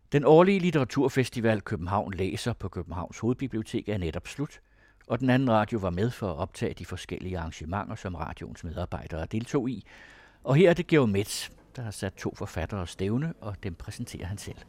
Den årlige litteraturfestival København Læser på Københavns Hovedbibliotek er netop slut, og den anden radio var med for at optage de forskellige arrangementer, som radioens medarbejdere deltog i. Og her er det Georg Metz, der har sat 2 forfattere stævne, og dem præsenterer han selv.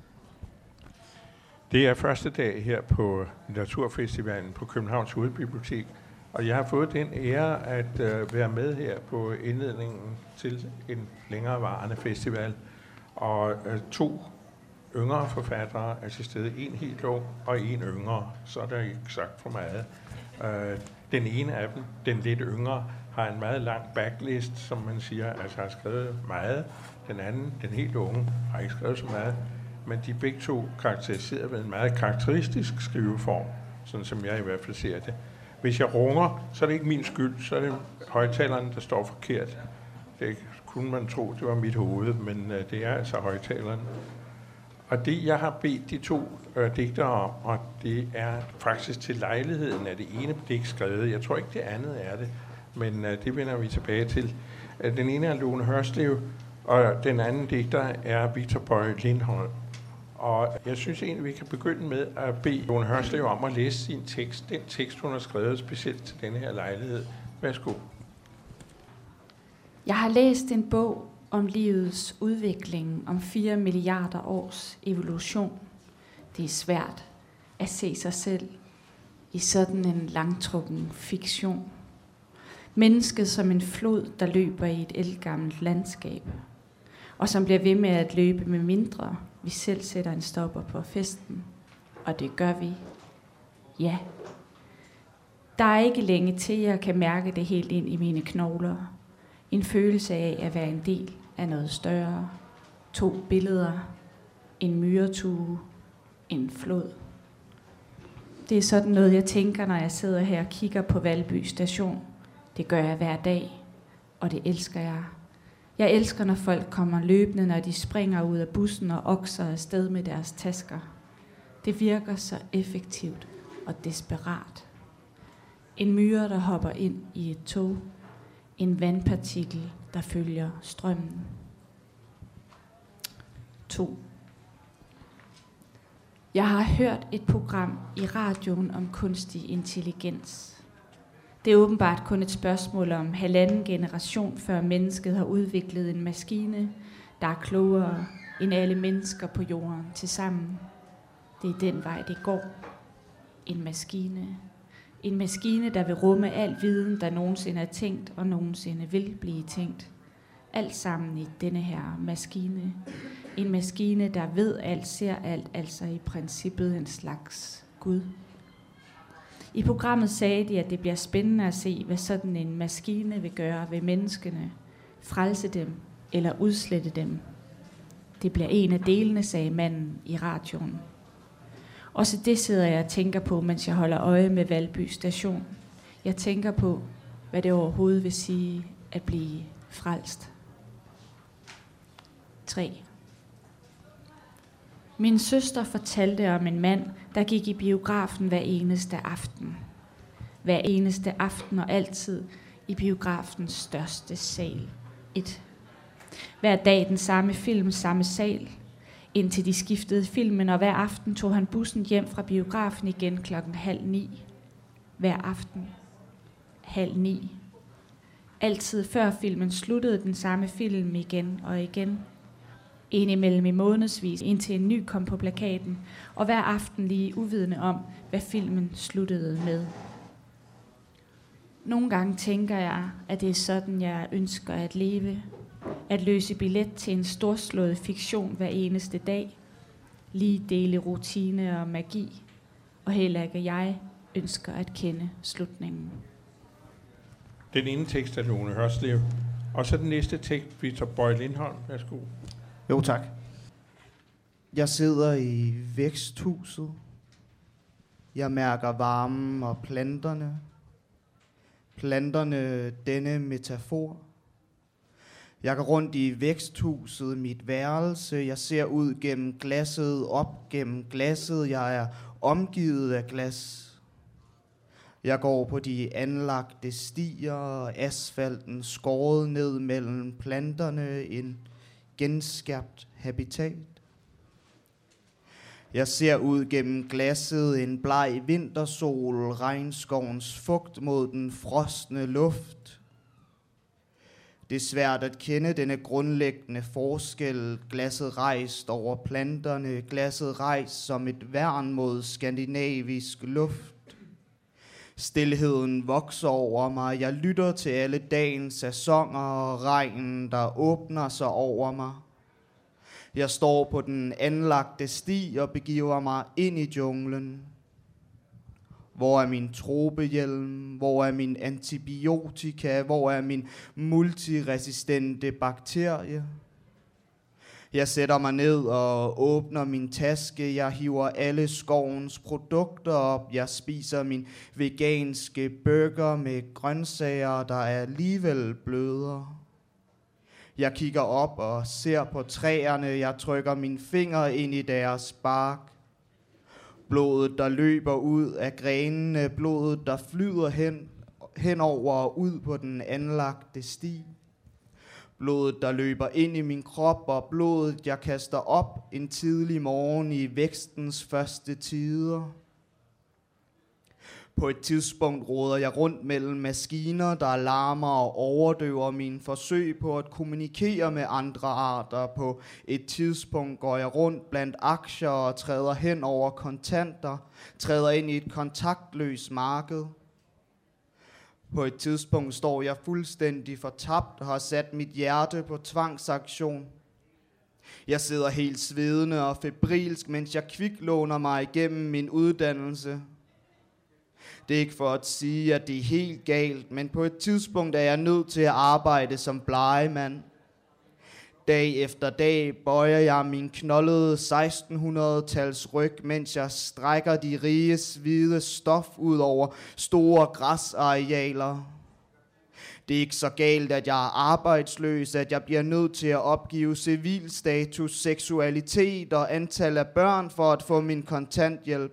Det er første dag her på Litteraturfestivalen på Københavns Hovedbibliotek, og jeg har fået den ære at være med her på indledningen til en længerevarende festival. Og 2 yngre forfattere er til stede, en helt ung og en yngre, så er der ikke sagt for meget. Den ene af dem, den lidt yngre, har en meget lang backlist, som man siger, altså har skrevet meget. Den anden, den helt unge, har ikke skrevet så meget, men de begge 2 karakteriseret ved en meget karakteristisk skriveform, sådan som jeg i hvert fald ser det. Hvis jeg runger, så er det ikke min skyld, så er det højtaleren, der står forkert. Det kunne man tro, det var mit hoved, men det er altså højtaleren. Og det, jeg har bedt de 2 digtere om, og det er faktisk til lejligheden af det ene digt skrevet. Jeg tror ikke, det andet er det, men det vender vi tilbage til. Den ene er Lone Hørslev, og den anden digter er Victor Bøje Lindholm. Og jeg synes egentlig, vi kan begynde med at bede Lone Hørslev om at læse sin tekst. Den tekst, hun har skrevet specielt til denne her lejlighed. Værsgo. Jeg har læst en bog om livets udvikling, om 4 milliarder års evolution. Det er svært at se sig selv i sådan en langtrukken fiktion. Mennesket som en flod, der løber i et ældgammelt landskab, og som bliver ved med at løbe med mindre, vi selv sætter en stopper på festen. Og det gør vi. Ja. Der er ikke længe til, jeg kan mærke det helt ind i mine knogler. En følelse af at være en del af noget større. 2 billeder. En myretue. En flod. Det er sådan noget, jeg tænker, når jeg sidder her og kigger på Valby Station. Det gør jeg hver dag, og det elsker jeg. Jeg elsker, når folk kommer løbende, når de springer ud af bussen og okser afsted med deres tasker. Det virker så effektivt og desperat. En myre, der hopper ind i et tog. En vandpartikel, der følger strømmen. 2. Jeg har hørt et program i radioen om kunstig intelligens. Det er åbenbart kun et spørgsmål om 1,5 generation, før mennesket har udviklet en maskine, der er klogere end alle mennesker på jorden tilsammen. Det er den vej, det går. En maskine. En maskine, der vil rumme al viden, der nogensinde er tænkt og nogensinde vil blive tænkt. Alt sammen i denne her maskine. En maskine, der ved alt, ser alt, altså i princippet en slags Gud. I programmet sagde de, at det bliver spændende at se, hvad sådan en maskine vil gøre ved menneskene. Frelse dem eller udslette dem. Det bliver en af delene, sagde manden i radioen. Også det sidder jeg og tænker på, mens jeg holder øje med Valby Station. Jeg tænker på, hvad det overhovedet vil sige at blive frelst. 3. Min søster fortalte om en mand, der gik i biografen hver eneste aften. Hver eneste aften og altid i biografens største sal. 1. Hver dag den samme film, samme sal. Indtil de skiftede filmen, og hver aften tog han bussen hjem fra biografen igen 8:30. Hver aften. 8:30. Altid før filmen sluttede den samme film igen og igen. Indimellem i månedsvis, indtil en ny kom på plakaten, og hver aften lige uvidende om, hvad filmen sluttede med. Nogle gange tænker jeg, at det er sådan, jeg ønsker at leve. At løse billet til en storslået fiktion hver eneste dag. Lige dele rutine og magi. Og heller ikke jeg ønsker at kende slutningen. Den ene tekst er Lone Hørslev. Og så den næste tekst, Victor Bøje Lindholm. Værsgo. Jo, tak. Jeg sidder i væksthuset. Jeg mærker varmen og planterne. Planterne, denne metafor. Jeg går rundt i væksthuset, mit værelse. Jeg ser ud gennem glasset, op gennem glasset. Jeg er omgivet af glas. Jeg går på de anlagte stier, asfalten skåret ned mellem planterne, en genskabt habitat. Jeg ser ud gennem glasset en bleg vintersol, regnskovens fugt mod den frosne luft. Det er svært at kende denne grundlæggende forskel. Glasset rejst over planterne, glasset rejst som et værn mod skandinavisk luft. Stilheden vokser over mig, jeg lytter til alle dagens sæsoner og regnen, der åbner sig over mig. Jeg står på den anlagte sti og begiver mig ind i junglen. Hvor er min tropehjelm? Hvor er min antibiotika? Hvor er min multiresistente bakterie? Jeg sætter mig ned og åbner min taske. Jeg hiver alle skovens produkter op. Jeg spiser min veganske burger med grøntsager, der er alligevel blødere. Jeg kigger op og ser på træerne. Jeg trykker mine fingre ind i deres bark. Blodet, der løber ud af grenene. Blodet, der flyder henover og ud på den anlagte sti. Blodet, der løber ind i min krop, og blodet, jeg kaster op en tidlig morgen i vækstens første tider. På et tidspunkt roder jeg rundt mellem maskiner, der larmer og overdøver mine forsøg på at kommunikere med andre arter. På et tidspunkt går jeg rundt blandt aktier og træder hen over kontanter, træder ind i et kontaktløst marked. På et tidspunkt står jeg fuldstændig fortabt og har sat mit hjerte på tvangsaktion. Jeg sidder helt svedende og febrilsk, mens jeg kviklåner mig igennem min uddannelse. Det er ikke for at sige, at det er helt galt, men på et tidspunkt er jeg nødt til at arbejde som blegemand. Dag efter dag bøjer jeg min knoldede 1600-tals ryg, mens jeg strækker de riges hvide stof ud over store græsarealer. Det er ikke så galt, at jeg er arbejdsløs, at jeg bliver nødt til at opgive civilstatus, seksualitet og antal af børn for at få min kontanthjælp.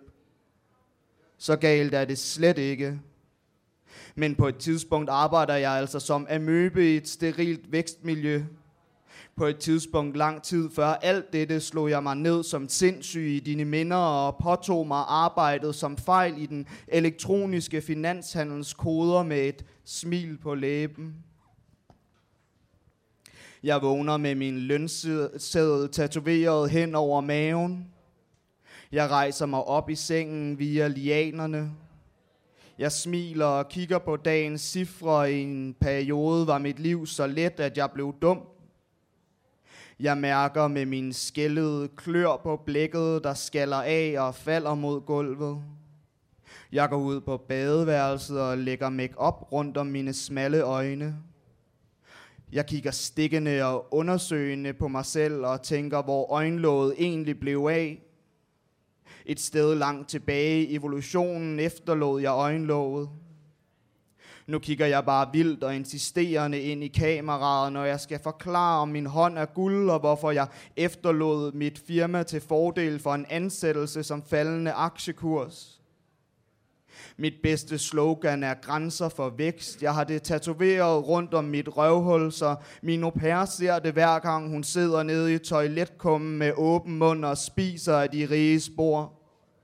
Så galt er det slet ikke. Men på et tidspunkt arbejder jeg altså som amøbe i et sterilt vækstmiljø. På et tidspunkt lang tid før alt dette slog jeg mig ned som sindssyg i dine minder og påtog mig arbejdet som fejl i den elektroniske finanshandels koder med et smil på læben. Jeg vågner med min lønseddel tatoveret hen over maven. Jeg rejser mig op i sengen via lianerne. Jeg smiler og kigger på dagens cifre. I en periode var mit liv så let, at jeg blev dum. Jeg mærker med mine skællede klør på blækket, der skaller af og falder mod gulvet. Jeg går ud på badeværelset og lægger make-up rundt om mine smalle øjne. Jeg kigger stikkende og undersøgende på mig selv og tænker, hvor øjenlåget egentlig blev af. Et sted langt tilbage i evolutionen efterlod jeg øjenlåget. Nu kigger jeg bare vildt og insisterende ind i kameraet, når jeg skal forklare, om min hånd er guld, og hvorfor jeg efterlod mit firma til fordel for en ansættelse som faldende aktiekurs. Mit bedste slogan er grænser for vækst. Jeg har det tatoveret rundt om mit røvhul, så min au pair ser det hver gang hun sidder nede i toiletkummen med åben mund og spiser af de riges bord.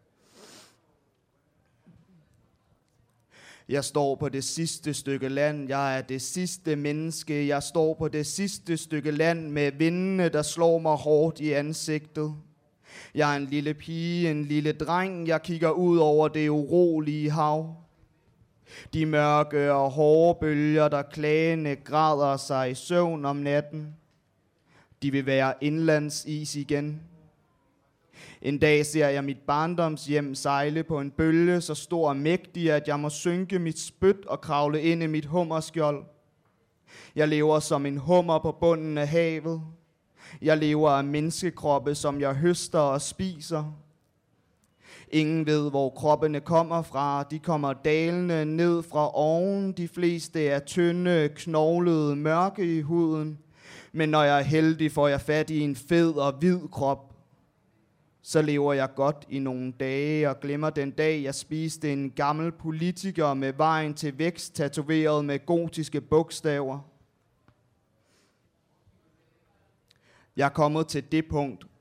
Jeg står på det sidste stykke land. Jeg er det sidste menneske. Jeg står på det sidste stykke land med vindene, der slår mig hårdt i ansigtet. Jeg er en lille pige, en lille dreng. Jeg kigger ud over det urolige hav. De mørke og hårde bølger, der klagende græder sig i søvn om natten. De vil være indlandsis igen. En dag ser jeg mit barndomshjem sejle på en bølge så stor og mægtig, at jeg må synke mit spyt og kravle ind i mit hummerskjold. Jeg lever som en hummer på bunden af havet. Jeg lever af menneskekroppe, som jeg høster og spiser. Ingen ved, hvor kroppene kommer fra. De kommer dalende ned fra oven. De fleste er tynde, knoglede, mørke i huden. Men når jeg er heldig, får jeg fat i en fed og hvid krop. Så lever jeg godt i nogle dage og glemmer den dag, jeg spiste en gammel politiker med vejen til vækst tatoveret med gotiske bogstaver. Jeg er kommet til det punkt,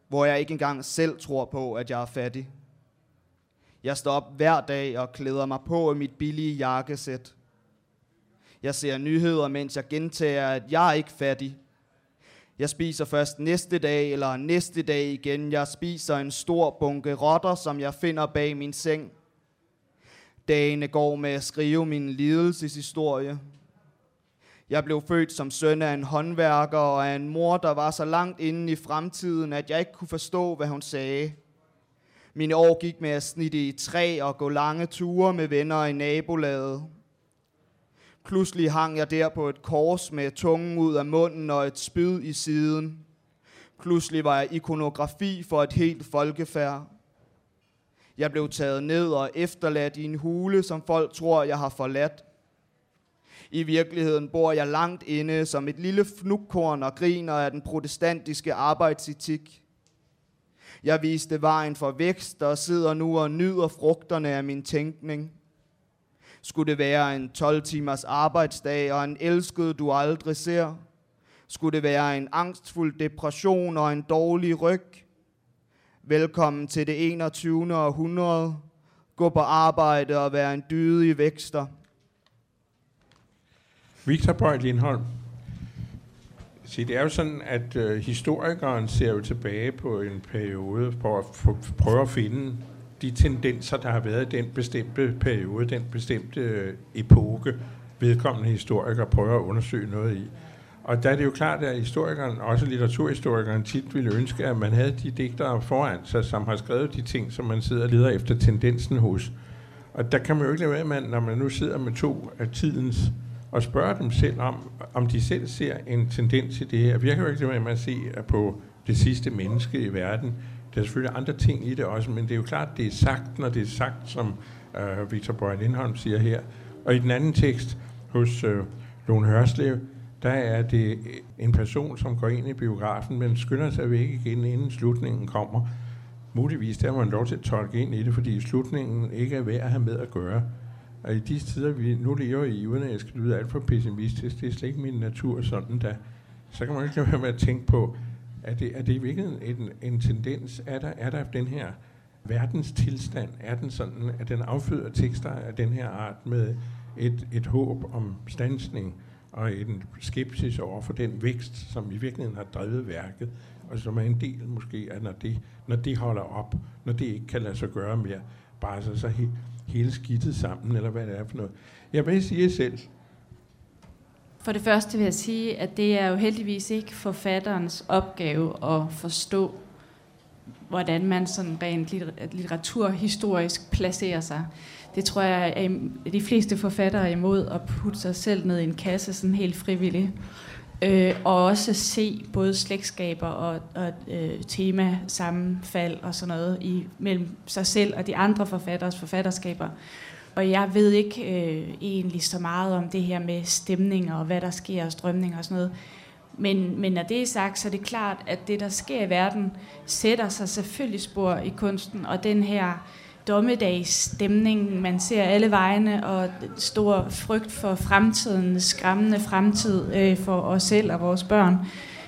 hvor jeg ikke engang selv tror på, at jeg er fattig. Jeg står op hver dag og klæder mig på i mit billige jakkesæt. Jeg ser nyheder, mens jeg gentager, at jeg er ikke fattig. Jeg spiser først næste dag eller næste dag igen. Jeg spiser en stor bunke rotter, som jeg finder bag min seng. Dagene går med at skrive min lidelseshistorie. Jeg blev født som søn af en håndværker og af en mor, der var så langt inde i fremtiden, at jeg ikke kunne forstå, hvad hun sagde. Mine år gik med at snitte i træ og gå lange ture med venner i nabolaget. Pludselig hang jeg der på et kors med tungen ud af munden og et spyd i siden. Pludselig var jeg ikonografi for et helt folkefærd. Jeg blev taget ned og efterladt i en hule, som folk tror, jeg har forladt. I virkeligheden bor jeg langt inde som et lille fnugkorn og griner af den protestantiske arbejdsetik. Jeg viste vejen for vækst og sidder nu og nyder frugterne af min tænkning. Skulle det være en 12 timers arbejdsdag og en elsket, du aldrig ser? Skulle det være en angstfuld depression og en dårlig ryg? Velkommen til det 21. århundrede. Gå på arbejde og være en dydig vækster. Victor Bøjt Lindholm. Så det er jo sådan, at historikeren ser jo tilbage på en periode for at prøve at finde de tendenser, der har været i den bestemte periode, den bestemte epoke, vedkommende historiker prøver at undersøge noget i. Og der er det jo klart, at historikeren, også litteraturhistorikeren, tit ville ønske, at man havde de digtere foran sig, som har skrevet de ting, som man sidder og leder efter tendensen hos. Og der kan man jo ikke lade være med, når man nu sidder med to af tidens, og spørger dem selv om de selv ser en tendens i det her. Jeg kan jo ikke lade være med at se på det sidste menneske i verden. Der er selvfølgelig andre ting i det også, men det er jo klart, det er sagt, når det er sagt, som Victor Bøjt Lindholm siger her. Og i den anden tekst hos Lone Hørslev, der er det en person, som går ind i biografen, men skynder sig væk igen, inden slutningen kommer. Muligvis der må man lov til at tolke ind i det, fordi slutningen ikke er værd at have med at gøre. Og i de tider, vi nu lever i, uden at jeg skal lyde alt for pessimistisk, det er slet ikke min natur sådan da, så kan man ikke lade være med at tænke på, er det i virkeligheden en tendens? Er der den her verdens tilstand? Er den sådan, at den afføder tekster af den her art med et håb om standsning og en skepsis over for den vækst, som i virkeligheden har drevet værket, og som er en del måske af, når det holder op, når det ikke kan lade sig gøre mere, bare så hele skidtet sammen, eller hvad det er for noget. Jeg vil sige selv. For det første vil jeg sige, at det er jo heldigvis ikke forfatterens opgave at forstå, hvordan man sådan rent litteraturhistorisk placerer sig. Det tror jeg, at de fleste forfattere er imod at putte sig selv ned i en kasse sådan helt frivilligt. Og også se både slægtskaber og temasammenfald og sådan noget mellem sig selv og de andre forfatteres forfatterskaber. Og jeg ved ikke egentlig så meget om det her med stemninger og hvad der sker og strømninger og sådan noget. Men når det er sagt, så er det klart, at det, der sker i verden, sætter sig selvfølgelig spor i kunsten. Og den her dommedagsstemning, man ser alle vegne, og stor frygt for fremtiden, skræmmende fremtid for os selv og vores børn.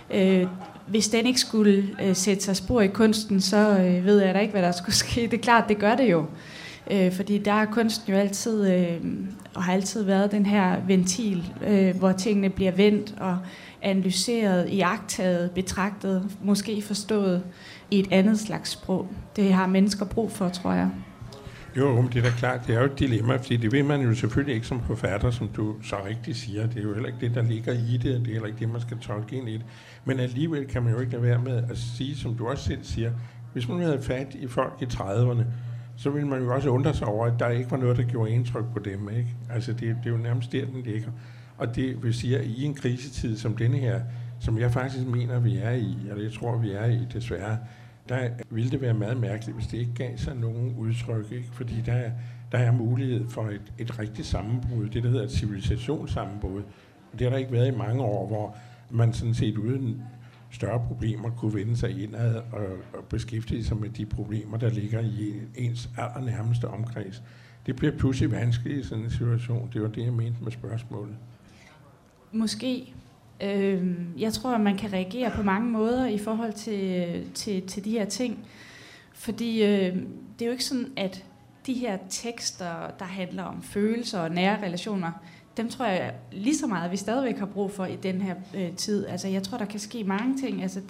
Hvis den ikke skulle sætte sig spor i kunsten, så ved jeg da ikke, hvad der skulle ske. Det er klart, det gør det jo. Fordi der er kunsten jo altid, og har altid været den her ventil, hvor tingene bliver vendt og analyseret, iagttaget, betragtet, måske forstået i et andet slags sprog. Det har mennesker brug for, tror jeg. Jo, men det er da klart, det er jo et dilemma, fordi det vil man jo selvfølgelig ikke som forfatter, som du så rigtigt siger. Det er jo heller ikke det, der ligger i det, og det er heller ikke det, man skal tolke ind i det. Men alligevel kan man jo ikke lade være med at sige, som du også selv siger, hvis man havde fat i folk i 30'erne, så ville man jo også undre sig over, at der ikke var noget, der gjorde indtryk på dem, ikke? Altså, det er jo nærmest der, den ligger. Og det vil sige, at i en krisetid som denne her, som jeg faktisk mener, vi er i, eller jeg tror, vi er i desværre, der ville det være meget mærkeligt, hvis det ikke gav sig nogen udtryk, ikke? Fordi der er mulighed for et rigtigt sammenbrud, det der hedder et civilisationssammenbrud. Og det har der ikke været i mange år, hvor man sådan set uden større problemer kunne vende sig indad og beskæftige sig med de problemer, der ligger i ens allernærmeste omkreds. Det bliver pludselig vanskeligt i sådan en situation. Det var det, jeg mente med spørgsmålet. Måske, Jeg tror, at man kan reagere på mange måder i forhold til de her ting. Fordi det er jo ikke sådan, at de her tekster, der handler om følelser og nære relationer, dem tror jeg lige så meget, at vi stadigvæk har brug for i den her tid. Altså, jeg tror, der kan ske mange ting. Altså,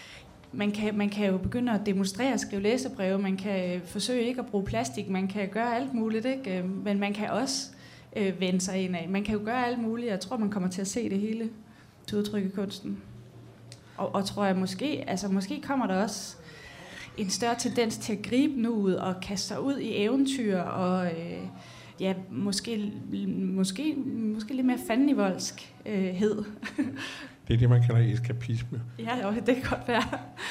man kan jo begynde at demonstrere og skrive læserbreve, man kan forsøge ikke at bruge plastik, man kan gøre alt muligt, ikke? Men man kan også vende sig indad. Man kan jo gøre alt muligt. Jeg tror, man kommer til at se det hele til udtryk i kunsten. Og tror jeg måske kommer der også en større tendens til at gribe nuet og kaste sig ud i eventyr og måske lidt mere fandenivoldskhed. Det er det, man kalder eskapisme. Ja, jo, det kan godt være.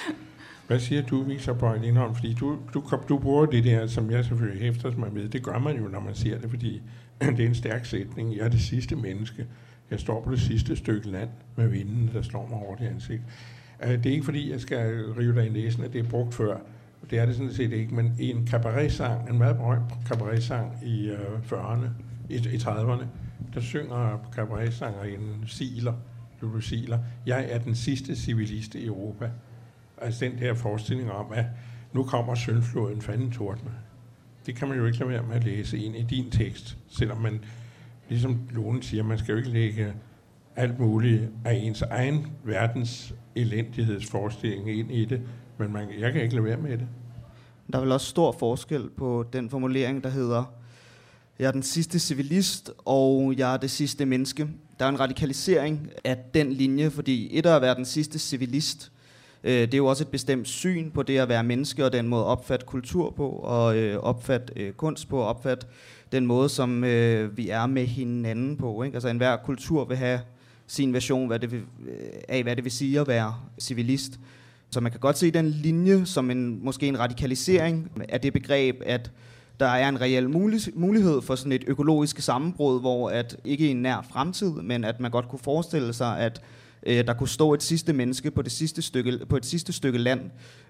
Hvad siger du, Victor Bøjle Lindholm? Fordi du bruger det der, som jeg selvfølgelig hæfter mig ved. Det gør man jo, når man ser det, fordi det er en stærk sætning. Jeg er det sidste menneske. Jeg står på det sidste stykke land med vinden, der slår mig over det ansigt. Det er ikke fordi, jeg skal rive dig i næsen, at det er brugt før. Det er det sådan set ikke, men i en cabaret-sang, en meget berømt cabaret-sang i 40'erne, i 30'erne, der synger cabaret-sangerinden Lulu Ziegler, jeg er den sidste civilist i Europa. Altså den der forestilling om, at nu kommer syndfloden fanden tordne. Det kan man jo ikke lade være med at læse ind i din tekst, selvom man, ligesom Lone siger, man skal jo ikke lægge alt muligt af ens egen verdens elendighedsforestilling ind i det, men jeg kan ikke lade være med det. Der er vel også stor forskel på den formulering, der hedder, jeg er den sidste civilist, og jeg er det sidste menneske. Der er en radikalisering af den linje, fordi et er at være den sidste civilist, det er jo også et bestemt syn på det at være menneske, og den måde at opfatte kultur på, og opfatte kunst på, og opfatte den måde, som vi er med hinanden på. Ikke? Altså enhver kultur vil have sin version hvad det vil sige at være civilist. Så man kan godt se den linje som måske en radikalisering af det begreb, at der er en reel mulighed for sådan et økologisk sammenbrud, hvor at ikke i en nær fremtid, men at man godt kunne forestille sig, at der kunne stå et sidste menneske på et sidste stykke land.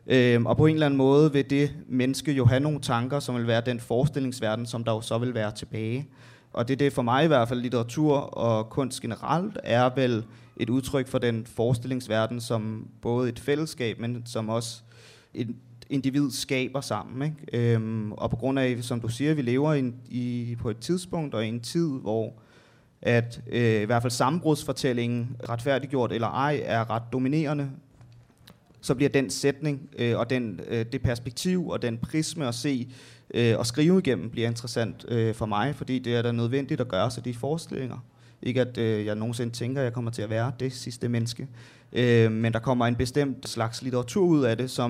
Og på en eller anden måde vil det menneske jo have nogle tanker, som vil være den forestillingsverden, som der jo så vil være tilbage. Og det for mig i hvert fald, litteratur og kunst generelt, er vel et udtryk for den forestillingsverden, som både et fællesskab, men som også et individ skaber sammen. Ikke? Og på grund af, som du siger, vi lever på et tidspunkt og i en tid, hvor at i hvert fald sammenbrudsfortællingen, retfærdiggjort eller ej, er ret dominerende, så bliver den sætning og det perspektiv og den prisme at se og skrive igennem bliver interessant for mig, fordi det er da nødvendigt at gøre sig de forestillinger. Ikke at jeg nogensinde tænker, at jeg kommer til at være det sidste menneske, men der kommer en bestemt slags litteratur ud af det,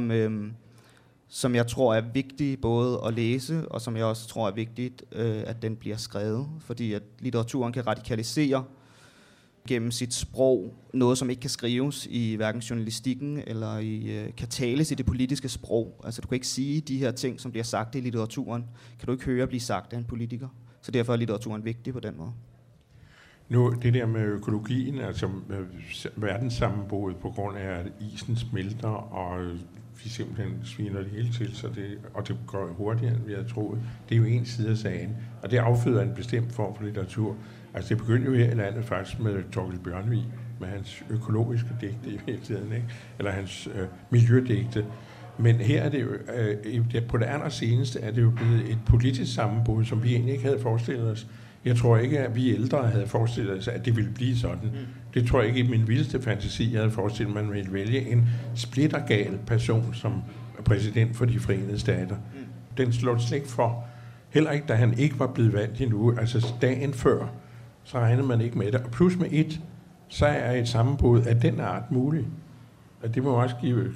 som jeg tror er vigtigt både at læse, og som jeg også tror er vigtigt, at den bliver skrevet, fordi at litteraturen kan radikalisere gennem sit sprog noget, som ikke kan skrives i hverken journalistikken eller kan tales i det politiske sprog. Altså du kan ikke sige de her ting, som bliver sagt i litteraturen, kan du ikke høre blive sagt af en politiker. Så derfor er litteraturen vigtig på den måde. Nu, det der med økologien, altså verdenssammenbruddet på grund af, at isen smelter, og vi simpelthen sviner det hele til, og det går hurtigere, end vi havde troet. Det er jo en side af sagen, og det afføder en bestemt form for litteratur. Altså det begyndte jo her i landet faktisk med Thorkild Bjørnvig, med hans økologiske digte i virkeligheden, ikke? Eller hans miljødigte. Men her er det jo, på det allerseneste er det jo blevet et politisk sammenbrud, som vi egentlig ikke havde forestillet os. Jeg tror ikke, at vi ældre havde forestillet os, at det ville blive sådan. Det tror jeg ikke i min vildeste fantasi, jeg havde forestillet, at man ville vælge en splittergal person som præsident for de Forenede Stater. Den slår slet ikke for. Heller ikke, da han ikke var blevet valgt endnu. Altså dagen før, så regnede man ikke med det. Og plus med et, så er et sammenbrud af den art muligt. Og det må også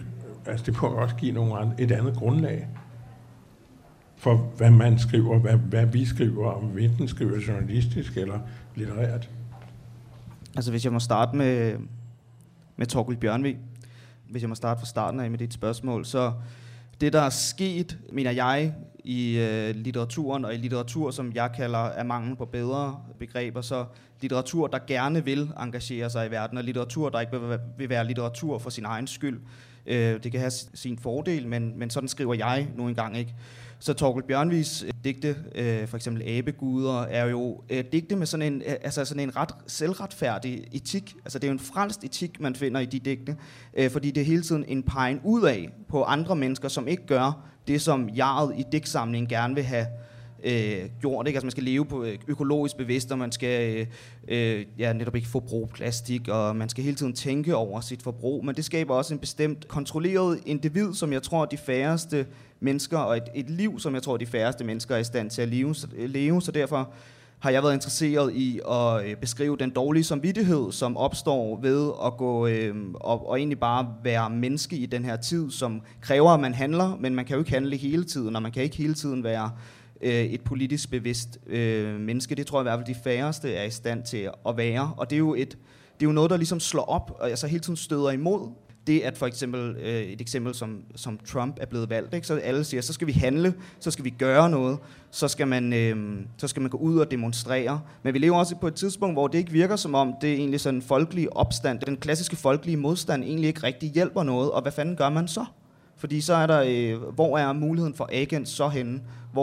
give et andet grundlag for hvad man skriver, hvad vi skriver, om enten skriver journalistisk eller litterært. Altså hvis jeg må starte med Thorkild Bjørnvig, hvis jeg må starte fra starten af med dit spørgsmål, så det der er sket, mener jeg, i litteraturen, og i litteratur, som jeg kalder af mangel på bedre begreber, så litteratur, der gerne vil engagere sig i verden, og litteratur, der ikke vil være litteratur for sin egen skyld, Det kan have sin fordel, men sådan skriver jeg nu engang ikke. Så Thorkild Bjørnvigs digte, for eksempel Abeguder, er jo digte med sådan en ret selvretfærdig etik. Altså det er jo en fransk etik, man finder i de digte, fordi det er hele tiden en pegen ud af på andre mennesker, som ikke gør det, som jeget i digtsamlingen gerne vil have gjort. Ikke? Altså man skal leve på økologisk bevidst, og man skal netop ikke forbruge plastik, og man skal hele tiden tænke over sit forbrug, men det skaber også en bestemt kontrolleret individ, som jeg tror, de færreste mennesker, og et liv, som jeg tror, de færreste mennesker er i stand til at leve. Så derfor har jeg været interesseret i at beskrive den dårlige samvittighed, som opstår ved at gå og egentlig bare være menneske i den her tid, som kræver, at man handler, men man kan jo ikke handle hele tiden, og man kan ikke hele tiden være et politisk bevidst menneske. Det tror jeg i hvert fald, de færreste er i stand til at være, og det er jo noget, der ligesom slår op, og altså hele tiden støder imod. Det at for eksempel et eksempel som Trump er blevet valgt, ikke? Så alle siger, så skal vi handle, så skal vi gøre noget, så skal man gå ud og demonstrere. Men vi lever også på et tidspunkt, hvor det ikke virker som om det er egentlig sådan en folkelig opstand. Den klassiske folkelige modstand egentlig ikke rigtig hjælper noget, og hvad fanden gør man så? Fordi så er der, hvor er muligheden for agent så henne?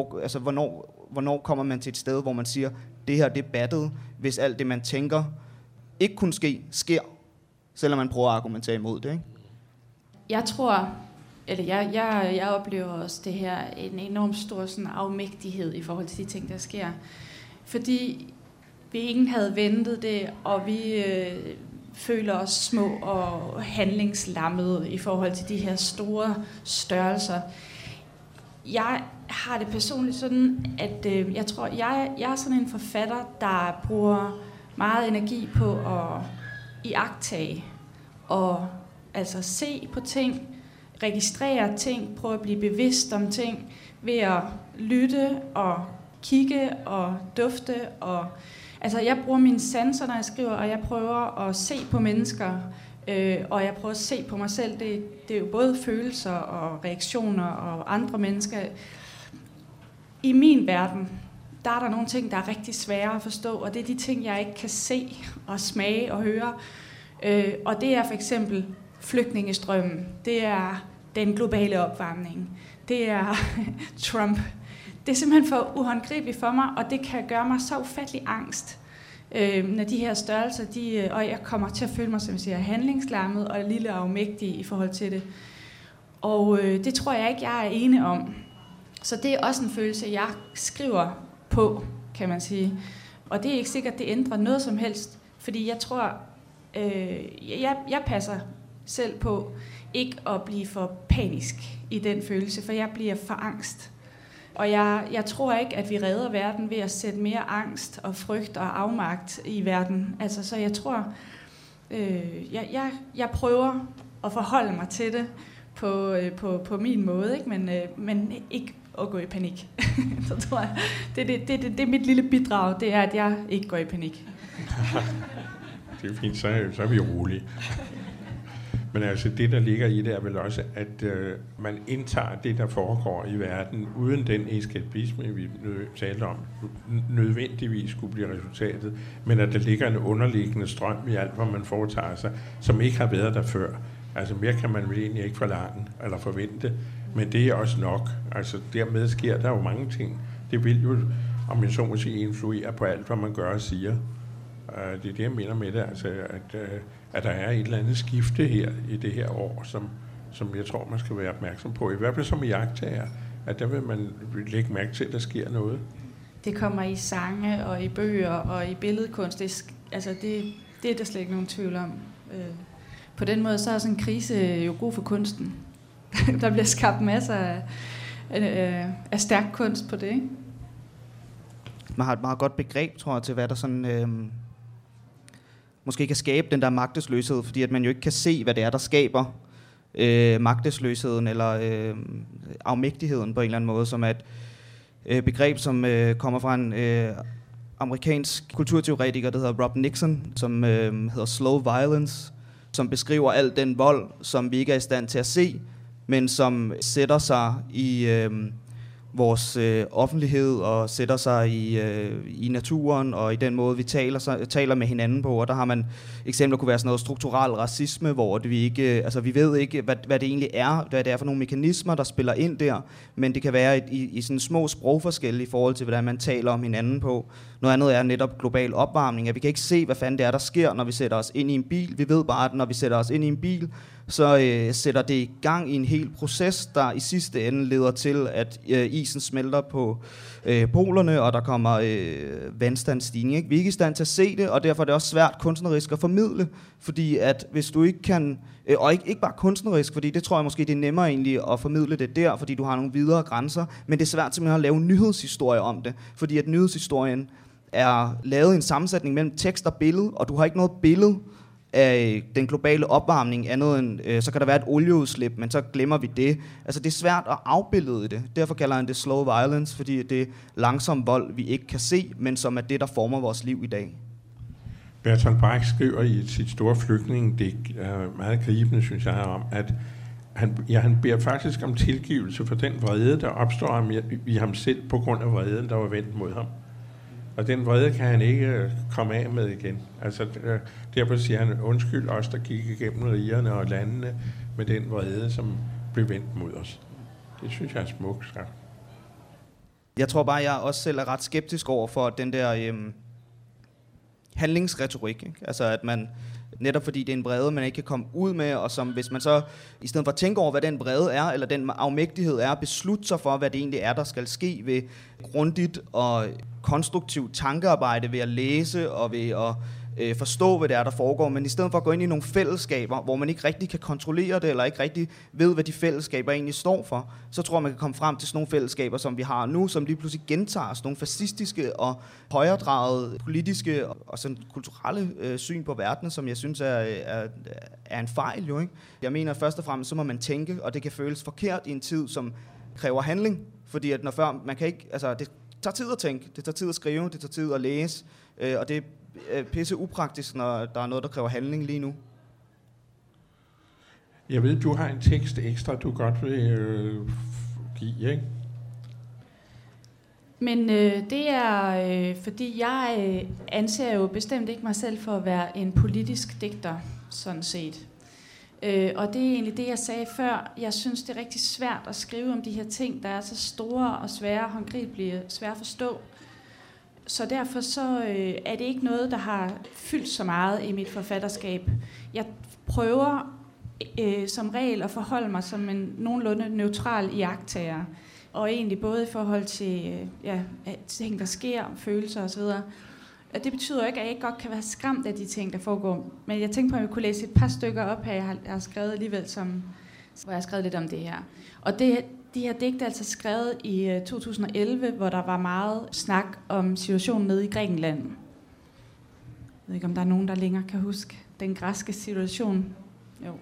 Hvornår kommer man til et sted, hvor man siger, det her det er battet, hvis alt det man tænker ikke kunne ske, sker, selvom man prøver at argumentere imod det, ikke? Jeg tror, eller jeg oplever også det her, en enormt stor sådan afmægtighed i forhold til de ting, der sker. Fordi vi ingen havde ventet det, og vi føler os små og handlingslammede i forhold til de her store størrelser. Jeg har det personligt sådan, at jeg tror, jeg er sådan en forfatter, der bruger meget energi på at iagttage og altså se på ting, registrere ting, prøve at blive bevidst om ting ved at lytte og kigge og dufte. Og altså jeg bruger mine sanser, når jeg skriver, og jeg prøver at se på mennesker, og jeg prøver at se på mig selv. Det er jo både følelser og reaktioner og andre mennesker. I min verden, der er der nogle ting, der er rigtig svære at forstå, og det er de ting, jeg ikke kan se og smage og høre. Og det er for eksempel flygtningestrømmen, det er den globale opvarmning, det er Trump. Det er simpelthen for uhåndgribeligt for mig, og det kan gøre mig så ufattelig angst, når de her størrelser, og jeg kommer til at føle mig, som jeg siger, handlingslammet og lille afmægtig i forhold til det. Og det tror jeg ikke, jeg er ene om. Så det er også en følelse, jeg skriver på, kan man sige. Og det er ikke sikkert, det ændrer noget som helst, fordi jeg tror, jeg passer selv på ikke at blive for panisk i den følelse, for jeg bliver for angst. Og jeg tror ikke, at vi redder verden ved at sætte mere angst og frygt og afmagt i verden. Altså, så jeg tror, jeg prøver at forholde mig til det på min måde, ikke? Men ikke at gå i panik. Så tror jeg, det er mit lille bidrag, det er, at jeg ikke går i panik. Det er fint, så er vi rolige. Men altså det, der ligger i det, er vel også, at man indtager det, der foregår i verden, uden den eskapisme, vi talte om, nødvendigvis skulle blive resultatet, men at der ligger en underliggende strøm i alt, hvad man foretager sig, som ikke har været der før. Altså mere kan man vel egentlig ikke forlange eller forvente, men det er også nok. Altså dermed sker der jo mange ting. Det vil jo, om jeg så må sige, influere på alt, hvad man gør og siger. Det er det, jeg mener med det, altså at der er et eller andet skifte her i det her år, som jeg tror, man skal være opmærksom på. I hvert fald som iagttager, at der vil man lægge mærke til, at der sker noget. Det kommer i sange og i bøger og i billedkunst. Det er der slet ikke nogen tvivl om. På den måde så er sådan en krise jo god for kunsten. Der bliver skabt masser af stærk kunst på det, ikke? Man har et meget godt begreb, tror jeg, til hvad der sådan måske kan skabe den der magtesløshed, fordi at man jo ikke kan se, hvad det er, der skaber magtesløsheden eller afmægtigheden på en eller anden måde, som er et begreb, som kommer fra en amerikansk kulturteoretiker, der hedder Rob Nixon, som hedder Slow Violence, som beskriver al den vold, som vi ikke er i stand til at se, men som sætter sig i vores offentlighed og sætter sig i naturen og i den måde, vi taler med hinanden på. Og der har man eksempler kunne være sådan noget strukturel racisme, hvor vi ikke, altså vi ved ikke, hvad det egentlig er, hvad det er for nogle mekanismer, der spiller ind der, men det kan være i sådan små sprogforskelle i forhold til, hvordan man taler om hinanden på. Noget andet er netop global opvarmning, at vi kan ikke se, hvad fanden det er, der sker, når vi sætter os ind i en bil. Vi ved bare, at når vi sætter os ind i en bil, så sætter det i gang i en hel proces, der i sidste ende leder til, at isen smelter på polerne, og der kommer vandstandsstigning. Ikke? Vi er ikke i stand til at se det, og derfor er det også svært kunstnerisk at formidle, fordi at hvis du ikke kan, og ikke bare kunstnerisk, fordi det tror jeg måske, det er nemmere egentlig at formidle det der, fordi du har nogle videre grænser, men det er svært simpelthen at lave en nyhedshistorie om det, fordi at nyhedshistorien er lavet i en sammensætning mellem tekst og billede, og du har ikke noget billede af den globale opvarmning andet end, så kan der være et olieudslip, men så glemmer vi det. Altså det er svært at afbillede det. Derfor kalder han det slow violence, fordi det er langsom vold, vi ikke kan se, men som er det, der former vores liv i dag. Bertolt Brecht skriver i sit store flygtningedigt, meget gribende, synes jeg, om, at han beder faktisk om tilgivelse for den vrede, der opstår i ham selv på grund af vreden, der var vendt mod ham. Og den vrede kan han ikke komme af med igen. Altså, derfor siger han, undskyld os, der gik igennem rigerne og landene med den vrede, som blev vendt mod os. Det synes jeg er smukt sagt. Jeg tror bare, jeg også selv er ret skeptisk over for den der handlingsretorik. Ikke? Altså, at man netop fordi det er en vrede, man ikke kan komme ud med, og som hvis man så, i stedet for at tænke over, hvad den vrede er, eller den afmægtighed er, beslutte sig for, hvad det egentlig er, der skal ske ved grundigt og konstruktivt tankearbejde, ved at læse og ved at forstå, hvad det er, der foregår, men i stedet for at gå ind i nogle fællesskaber, hvor man ikke rigtig kan kontrollere det, eller ikke rigtig ved, hvad de fællesskaber egentlig står for, så tror jeg, man kan komme frem til sådan nogle fællesskaber, som vi har nu, som lige pludselig gentager sådan nogle fascistiske og højredrejede politiske og sådan kulturelle syn på verden, som jeg synes er en fejl, jo, ikke? Jeg mener, først og fremmest, så må man tænke, og det kan føles forkert i en tid, som kræver handling, fordi at når før, man kan ikke, altså det tager tid at tænke, det tager tid at skrive, det tager tid at læse, og det er pisse upraktisk, når der er noget, der kræver handling lige nu. Jeg ved, du har en tekst ekstra, du godt vil give, ikke? Men det er, fordi jeg anser jo bestemt ikke mig selv for at være en politisk digter, sådan set. Og det er egentlig det, jeg sagde før. Jeg synes, det er rigtig svært at skrive om de her ting, der er så store og svære, håndgribelige, svære at forstå. Så derfor så er det ikke noget, der har fyldt så meget i mit forfatterskab. Jeg prøver som regel at forholde mig som en nogenlunde neutral iagttager. Og egentlig både i forhold til ting, der sker, følelser osv. Det betyder ikke, at jeg ikke godt kan være skræmt af de ting, der foregår. Men jeg tænkte på, at jeg kunne læse et par stykker op her, jeg har skrevet alligevel, hvor jeg har skrevet lidt om det her. Og de her digte er altså skrevet i 2011, hvor der var meget snak om situationen nede i Grækenland. Jeg ved ikke, om der er nogen, der længere kan huske den græske situation. Jo.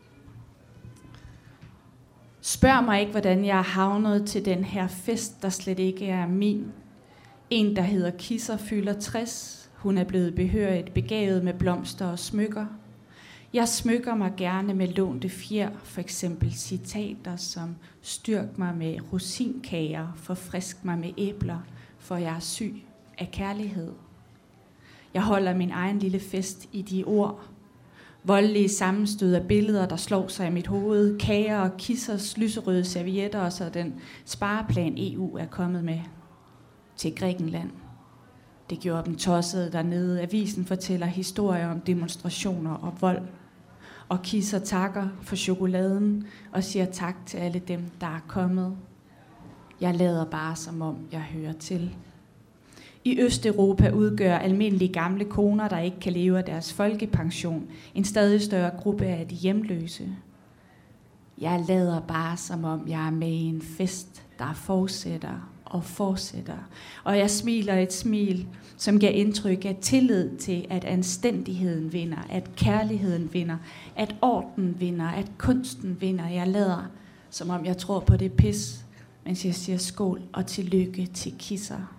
Spørg mig ikke, hvordan jeg er havnet til den her fest, der slet ikke er min. En, der hedder Kisser, fylder 60. Hun er blevet behørigt begavet med blomster og smykker. Jeg smykker mig gerne med lånte fjer, for eksempel citater som styrk mig med rosinkager, forfrisk mig med æbler, for jeg er syg af kærlighed. Jeg holder min egen lille fest i de ord. Voldelige sammenstød af billeder, der slår sig i mit hoved, kager og kissers, lyserøde servietter og så den spareplan EU er kommet med til Grækenland. Det gjorde dem tossede dernede. Avisen fortæller historier om demonstrationer og vold. Og kisser takker for chokoladen og siger tak til alle dem, der er kommet. Jeg lader bare som om jeg hører til. I Østeuropa udgør almindelige gamle koner, der ikke kan leve af deres folkepension, en stadig større gruppe af de hjemløse. Jeg lader bare som om jeg er med i en fest, der fortsætter og fortsætter. Og jeg smiler et smil, som giver indtryk af tillid til, at anstændigheden vinder, at kærligheden vinder, at orden vinder, at kunsten vinder. Jeg lader, som om jeg tror på det pis, mens jeg siger skål og tillykke til kisser.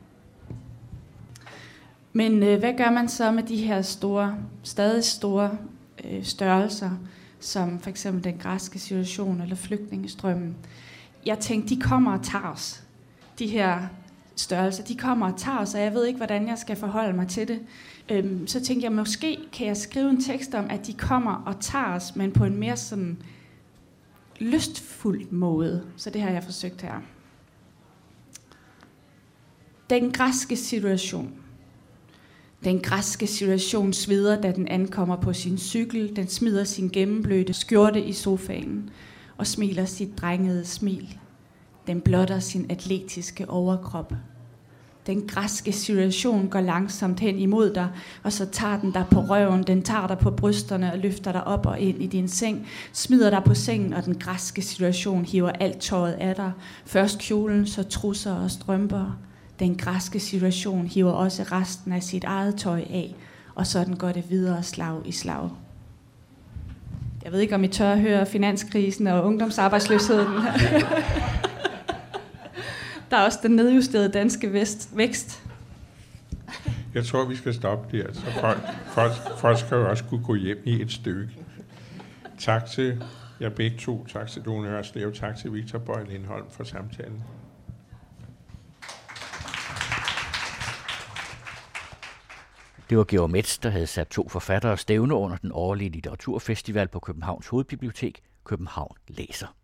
Men hvad gør man så med de her stadig store størrelser, som for eksempel den græske situation eller flygtningestrømmen? Jeg tænkte, de kommer og tager os. de her størrelser, de kommer og tager os, og jeg ved ikke, hvordan jeg skal forholde mig til det. Så tænkte jeg, måske kan jeg skrive en tekst om, at de kommer og tager os, men på en mere sådan lystfuld måde. Så det har jeg forsøgt her. Den græske situation. Den græske situation sveder, da den ankommer på sin cykel. Den smider sin gennemblødte skjorte i sofaen og smiler sit drengede smil. Den blotter sin atletiske overkrop. Den græske situation går langsomt hen imod dig, og så tager den dig på røven, den tager dig på brysterne og løfter dig op og ind i din seng, smider dig på sengen, og den græske situation hiver alt tøjet af dig. Først kjolen, så trusser og strømper. Den græske situation hiver også resten af sit eget tøj af, og sådan går det videre slag i slag. Jeg ved ikke, om I tør at høre finanskrisen og ungdomsarbejdsløsheden. Der er også den nedjusterede danske vækst. Jeg tror, vi skal stoppe der, så folk skal jo også kunne gå hjem i et stykke. Tak til jer begge to. Tak til Lone Hørslev. Tak til Victor Bøje Lindholm for samtalen. Det var Georg Metz, der havde sat 2 forfattere stævne under den årlige litteraturfestival på Københavns Hovedbibliotek, København Læser.